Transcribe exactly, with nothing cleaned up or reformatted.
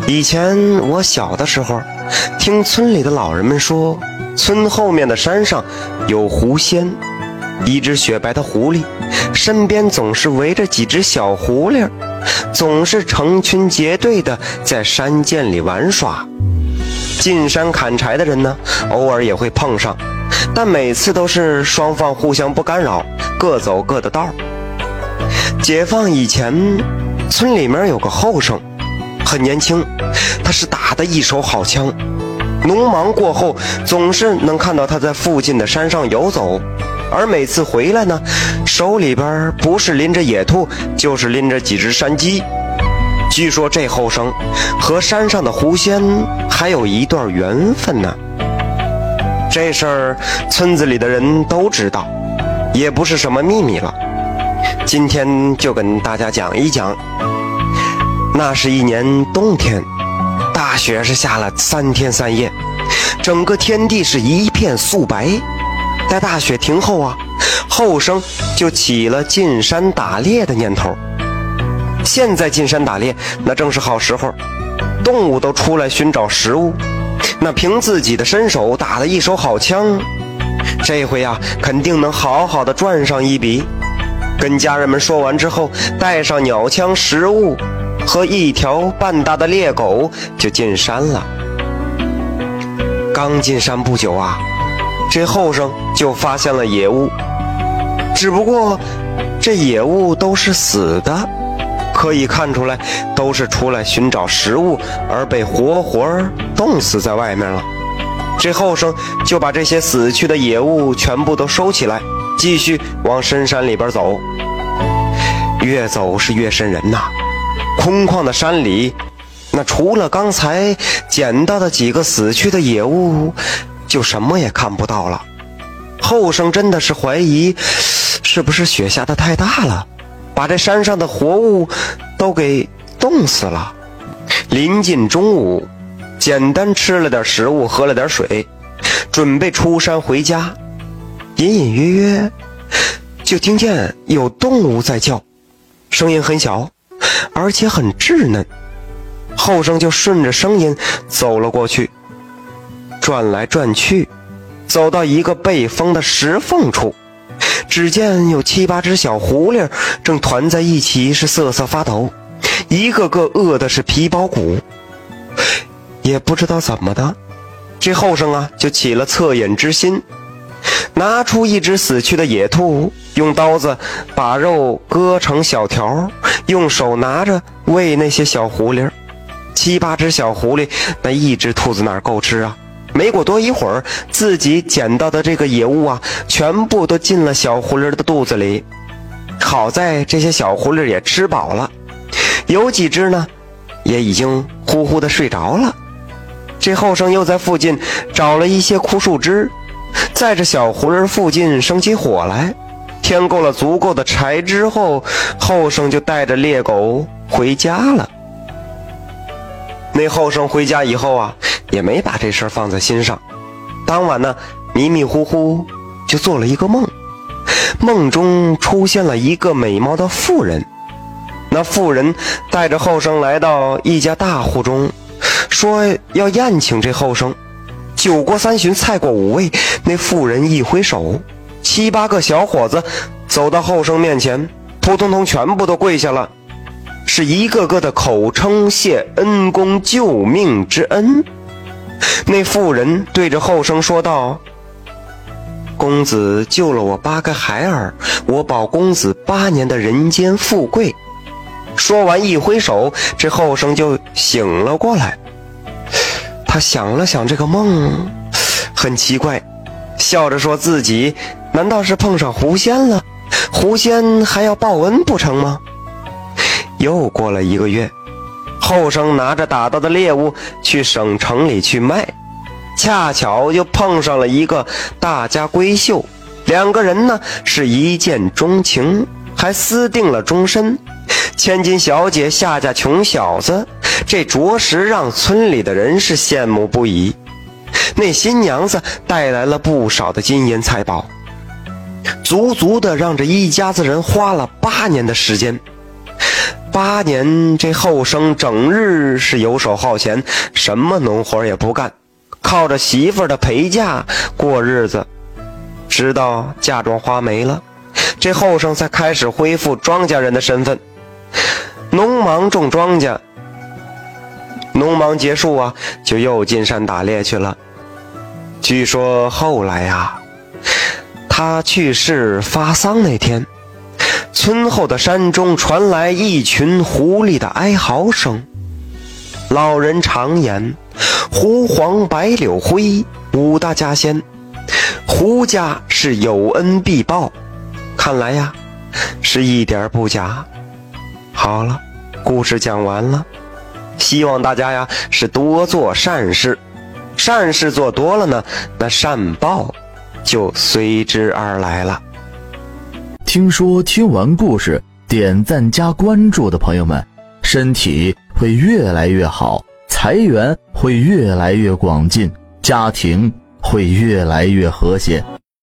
以前我小的时候，听村里的老人们说，村后面的山上有狐仙，一只雪白的狐狸，身边总是围着几只小狐狸，总是成群结队的在山涧里玩耍。进山砍柴的人呢，偶尔也会碰上，但每次都是双方互相不干扰，各走各的道。解放以前，村里面有个后生，很年轻，他是打得一手好枪，农忙过后总是能看到他在附近的山上游走，而每次回来呢，手里边不是拎着野兔，就是拎着几只山鸡。据说这后生和山上的狐仙还有一段缘分呢。这事儿村子里的人都知道，也不是什么秘密了。今天就跟大家讲一讲。那是一年冬天，大雪是下了三天三夜，整个天地是一片素白。在大雪停后啊，后生就起了进山打猎的念头。现在进山打猎那正是好时候，动物都出来寻找食物，那凭自己的身手打了一手好枪，这回啊肯定能好好的赚上一笔。跟家人们说完之后，带上鸟枪食物和一条半大的猎狗就进山了。刚进山不久啊，这后生就发现了野物，只不过这野物都是死的，可以看出来都是出来寻找食物而被活活冻死在外面了。这后生就把这些死去的野物全部都收起来，继续往深山里边走。越走是越瘆人呐，空旷的山里，那除了刚才捡到的几个死去的野物，就什么也看不到了。后生真的是怀疑，是不是雪下得太大了，把这山上的活物都给冻死了。临近中午，简单吃了点食物，喝了点水，准备出山回家，隐隐约约就听见有动物在叫，声音很小，而且很稚嫩。后生就顺着声音走了过去，转来转去，走到一个被封的石缝处，只见有七八只小狐狸正团在一起，是瑟瑟发抖，一个个饿的是皮包骨。也不知道怎么的，这后生啊就起了恻隐之心，拿出一只死去的野兔，用刀子把肉割成小条，用手拿着喂那些小狐狸。七八只小狐狸，那一只兔子哪够吃啊？没过多一会儿，自己捡到的这个野物啊，全部都进了小狐狸的肚子里。好在这些小狐狸也吃饱了，有几只呢也已经呼呼的睡着了。这后生又在附近找了一些枯树枝，在这小狐狸附近生起火来。添够了足够的柴之后，后生就带着猎狗回家了。那后生回家以后啊，也没把这事儿放在心上。当晚呢，迷迷糊糊就做了一个梦，梦中出现了一个美貌的妇人。那妇人带着后生来到一家大户中，说要宴请这后生。酒过三巡，菜过五味，那妇人一挥手，七八个小伙子走到后生面前，扑通通全部都跪下了，是一个个的口称谢恩公救命之恩。那妇人对着后生说道：公子救了我八个孩儿，我保公子八年的人间富贵。说完一挥手，这后生就醒了过来。他想了想这个梦，很奇怪，笑着说自己难道是碰上狐仙了？狐仙还要报恩不成吗？又过了一个月，后生拿着打到的猎物去省城里去卖，恰巧就碰上了一个大家闺秀，两个人呢是一见钟情，还私定了终身。千金小姐下嫁穷小子，这着实让村里的人是羡慕不已。那新娘子带来了不少的金银财宝，足足的让这一家子人花了八年的时间。 八年，这后生整日是游手好闲，什么农活也不干，靠着媳妇儿的陪嫁过日子。直到嫁妆花没了，这后生才开始恢复庄稼人的身份。农忙种庄稼，农忙结束啊，就又进山打猎去了。据说后来呀，他去世发丧那天，村后的山中传来一群狐狸的哀嚎声。老人常言，狐黄白柳灰，五大家仙，狐家是有恩必报，看来呀，是一点不假。好了，故事讲完了，希望大家呀是多做善事，善事做多了呢，那善报就随之而来了。 听说听完故事点赞加关注的朋友们，身体会越来越好，财源会越来越广进，家庭会越来越和谐。